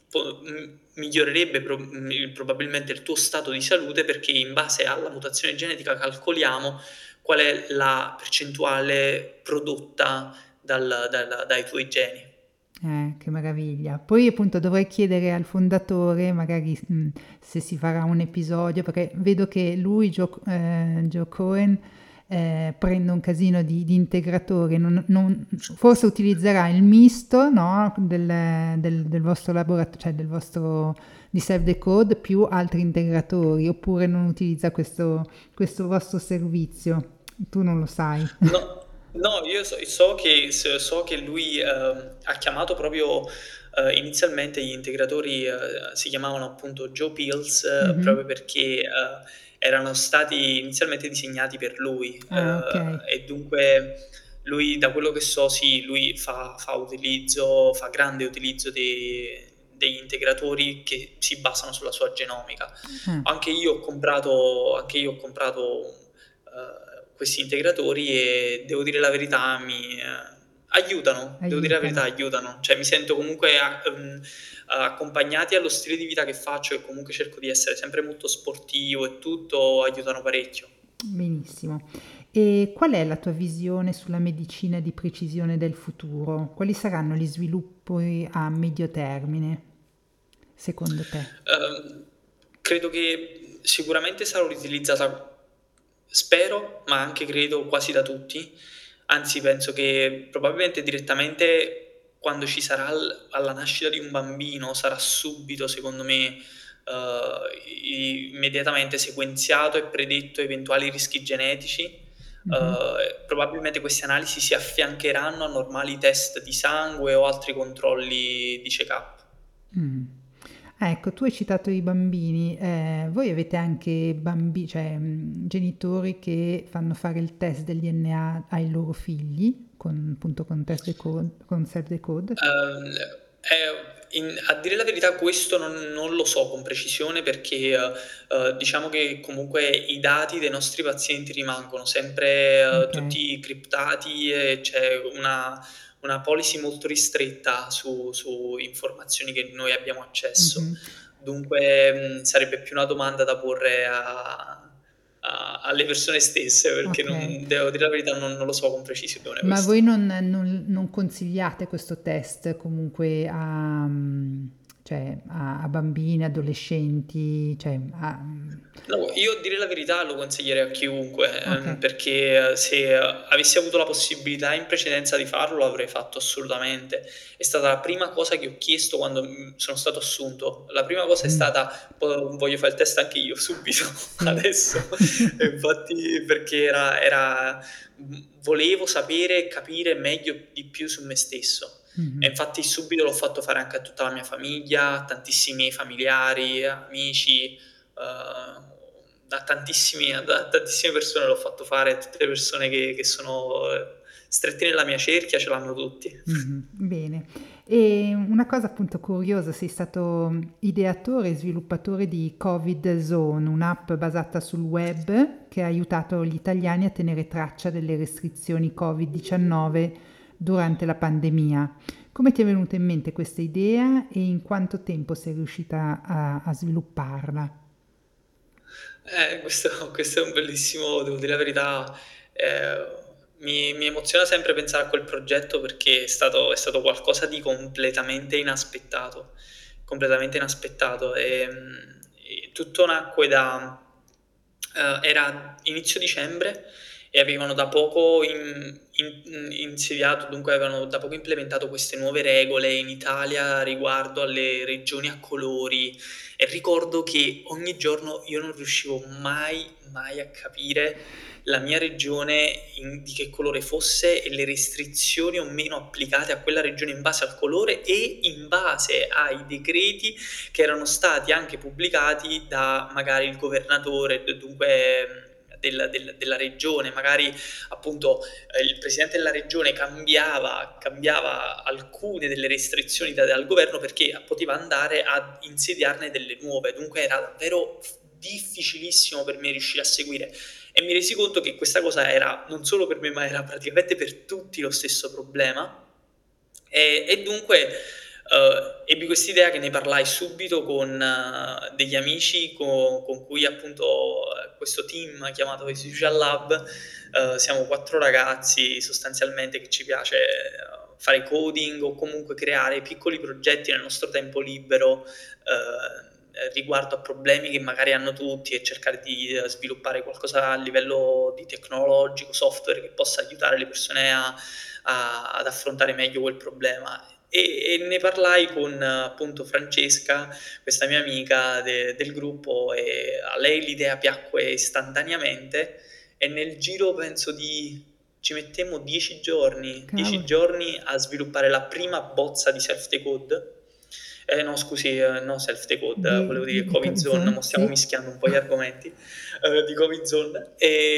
po- m- migliorerebbe pro- m- probabilmente il tuo stato di salute, perché in base alla mutazione genetica calcoliamo qual è la percentuale prodotta dal- dal- dai tuoi geni. Eh, che meraviglia. Poi appunto dovrei chiedere al fondatore, magari mh, se si farà un episodio, perché vedo che lui, Joe, eh, Joe Cohen, eh, prende un casino di, di integratori, non- non- forse utilizzerà il misto, no, del, del- del vostro laboratorio, cioè del vostro di Save the Code più altri integratori, oppure non utilizza questo, questo vostro servizio. Tu non lo sai. No, no, io so, so che, so so che lui ehm, ha chiamato proprio eh, inizialmente gli integratori, eh, si chiamavano appunto Joe Pills, eh, Mhm. proprio perché eh, erano stati inizialmente disegnati per lui, Ah, ok. eh, e dunque lui, da quello che so, sì, lui fa, fa utilizzo, fa grande utilizzo dei- degli integratori che si basano sulla sua genomica. Ah. Anche io ho comprato, anche io ho comprato eh, questi integratori, e devo dire la verità, mi eh, aiutano, devo dire la Aiutano. verità, aiutano. Cioè mi sento comunque a- ehm, accompagnati allo stile di vita che faccio, e comunque cerco di essere sempre molto sportivo e tutto, aiutano parecchio. Benissimo. E qual è la tua visione sulla medicina di precisione del futuro? Quali saranno gli sviluppi a medio termine, secondo te? Ehm, Credo che sicuramente sarà utilizzata, spero, ma anche credo quasi da tutti. Anzi, penso che probabilmente direttamente quando ci sarà l- alla nascita di un bambino sarà subito, secondo me, eh, i- immediatamente sequenziato e predetto eventuali rischi genetici. Mhm. Eh, probabilmente queste analisi si affiancheranno a normali test di sangue o altri controlli di check-up. Mm. Ah, ecco, tu hai citato i bambini, eh, voi avete anche bambi- cioè, mm, genitori che fanno fare il test del D N A ai loro figli, con, appunto con test the code, con Save the Code? Ehm, eh, in- a dire la verità, questo non, non lo so con precisione, perché eh, eh, diciamo che comunque i dati dei nostri pazienti rimangono sempre eh, Ok. tutti criptati, e c'è una, una policy molto ristretta su, su informazioni che noi abbiamo accesso. Mhm. Dunque, mh, sarebbe più una domanda da porre a- a- alle persone stesse, perché Ok. non, devo dire la verità, non, non lo so con precisione Ma questo. voi non, non- non consigliate questo test comunque a, mm, cioè, a, a bambini, adolescenti, cioè, a- mm, No, io a dire la verità lo consiglierei a chiunque, ok. ehm, perché eh, se eh, avessi avuto la possibilità in precedenza di farlo, l'avrei fatto assolutamente. È stata la prima cosa che ho chiesto quando mm, sono stato assunto. La prima cosa è Mm, stata: "Po- voglio fare il test anche io, subito, sì. adesso." E infatti, perché era, era- volevo sapere e capire meglio di più su me stesso. E Mhm. infatti subito l'ho fatto fare anche a tutta la mia famiglia, a tantissimi miei familiari, amici, eh, da tantissimi, da tantissime persone l'ho fatto fare, tutte le persone che, che sono eh, strette nella mia cerchia ce l'hanno tutti. Mhm, bene. E una cosa appunto curiosa, sei stato ideatore e sviluppatore di Covid Zone, un'app basata sul web che ha aiutato gli italiani a tenere traccia delle restrizioni covid diciannove durante la pandemia. Come ti è venuta in mente questa idea e in quanto tempo sei riuscita a, a svilupparla? Eh, questo, questo è un bellissimo, devo dire la verità, eh, mi, mi emoziona sempre pensare a quel progetto, perché è stato, è stato qualcosa di completamente inaspettato, completamente inaspettato. E, mm, e tutto nacque da, eh, era inizio dicembre, e avevano da poco in- in- insediato, dunque avevano da poco implementato queste nuove regole in Italia riguardo alle regioni a colori. E ricordo che ogni giorno io non riuscivo mai, mai a capire la mia regione in- di che colore fosse, e le restrizioni o meno applicate a quella regione in base al colore e in base ai decreti che erano stati anche pubblicati da magari il governatore, dunque mh, del- del- della regione. Magari appunto eh, il presidente della regione cambiava, cambiava alcune delle restrizioni date dal governo, perché poteva andare a insediarne delle nuove. Dunque era davvero difficilissimo per me riuscire a seguire, e mi resi conto che questa cosa era non solo per me, ma era praticamente per tutti lo stesso problema. E, e dunque Uh, ebbi quest'idea che ne parlai subito con uh, degli amici co- con cui appunto questo team chiamato Social Lab, uh, siamo quattro ragazzi sostanzialmente che ci piace uh, fare coding o comunque creare piccoli progetti nel nostro tempo libero uh, riguardo a problemi che magari hanno tutti e cercare di uh, sviluppare qualcosa a livello di tecnologico, software che possa aiutare le persone a, a- ad affrontare meglio quel problema. E, e ne parlai con appunto Francesca, questa mia amica de- del gruppo, e a lei l'idea piacque istantaneamente e nel giro penso di ci mettemmo dieci giorni, dieci Cavolo. giorni a sviluppare la prima bozza di self-decode. Eh, no, scusi, eh, no, self-decode, Di, volevo di, dire di Covid Zone, Covidzone, mo stiamo sì. mischiando un po' gli argomenti eh, di Covid Zone.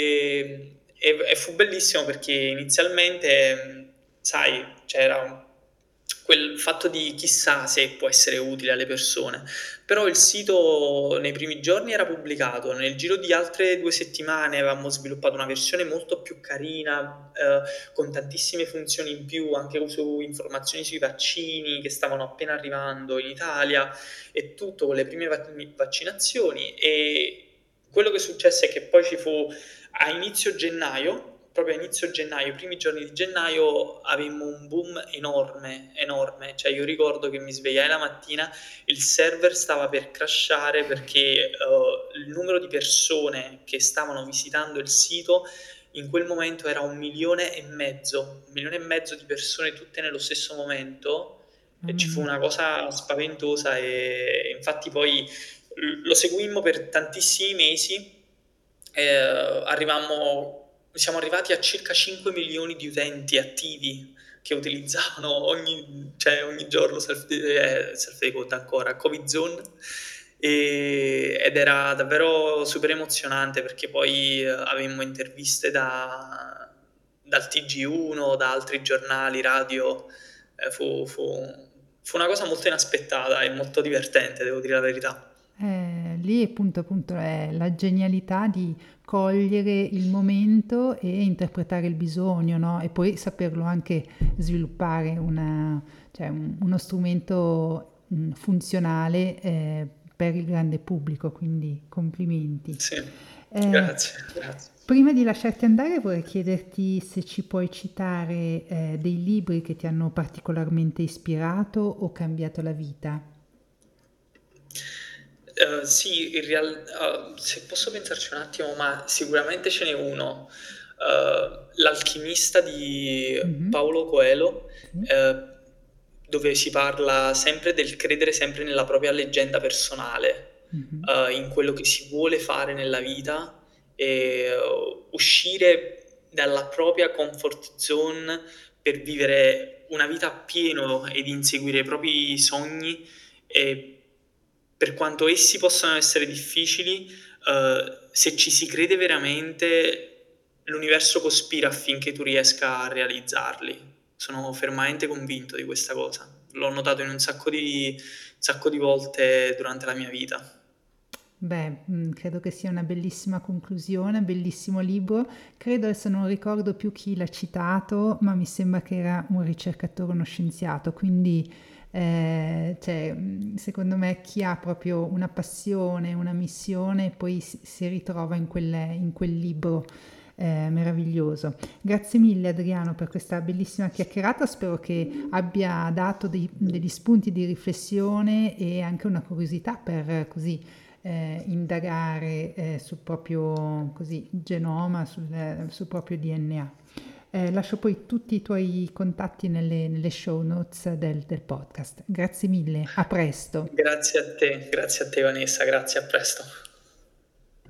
E, e- e fu bellissimo perché inizialmente, mh, sai, c'era un- quel fatto di chissà se può essere utile alle persone, però il sito nei primi giorni era pubblicato, nel giro di altre due settimane avevamo sviluppato una versione molto più carina, eh, con tantissime funzioni in più, anche su informazioni sui vaccini che stavano appena arrivando in Italia e tutto con le prime vac- vaccinazioni. E quello che successe è che poi ci fu a inizio gennaio, proprio a inizio gennaio, i primi giorni di gennaio, avemmo un boom enorme, enorme. Cioè io ricordo che mi svegliai la mattina, il server stava per crashare perché eh, il numero di persone che stavano visitando il sito in quel momento era un milione e mezzo, un milione e mezzo di persone tutte nello stesso momento. E Mamma ci fu mia. una cosa spaventosa e infatti poi lo seguimmo per tantissimi mesi. Eh, arrivammo, siamo arrivati a circa cinque milioni di utenti attivi che utilizzavano ogni, cioè ogni giorno self, eh, self-decode ancora, Covid Zone, e- ed era davvero super emozionante perché poi eh, avemmo interviste da, dal T G uno, da altri giornali, radio, eh, fu, fu- fu una cosa molto inaspettata e molto divertente, devo dire la verità. Eh, lì appunto, appunto è la genialità di cogliere il momento e interpretare il bisogno, no? E poi saperlo anche sviluppare una- cioè un- uno strumento mm, funzionale eh, per il grande pubblico, quindi complimenti. Sì, Eh, grazie, grazie. Prima di lasciarti andare vorrei chiederti se ci puoi citare eh, dei libri che ti hanno particolarmente ispirato o cambiato la vita. Eh, sì, in realtà, se posso pensarci un attimo, ma sicuramente ce n'è uno. Eh, L'alchimista di Mhm. Paolo Coelho, Sì. eh, dove si parla sempre del credere sempre nella propria leggenda personale, Mhm. eh, in quello che si vuole fare nella vita e eh, uscire dalla propria comfort zone per vivere una vita appieno ed inseguire i propri sogni e per quanto essi possano essere difficili, eh, se ci si crede veramente, l'universo cospira affinché tu riesca a realizzarli. Sono fermamente convinto di questa cosa. L'ho notato in un sacco di, un sacco di volte durante la mia vita. Beh, mm, credo che sia una bellissima conclusione, bellissimo libro. Credo adesso non ricordo più chi l'ha citato, ma mi sembra che era un ricercatore, uno scienziato, quindi eh, cioè, mm, secondo me chi ha proprio una passione, una missione, poi si, si ritrova in quel, in quel libro eh, meraviglioso. Grazie mille Adriano per questa bellissima chiacchierata, spero che abbia dato dei- degli spunti di riflessione e anche una curiosità per eh, così eh, indagare eh, sul proprio così, genoma, sul, sul proprio D N A. Eh, lascio poi tutti i tuoi contatti nelle, nelle show notes del, del podcast. Grazie mille, a presto. Grazie a te, grazie a te Vanessa, grazie, a presto.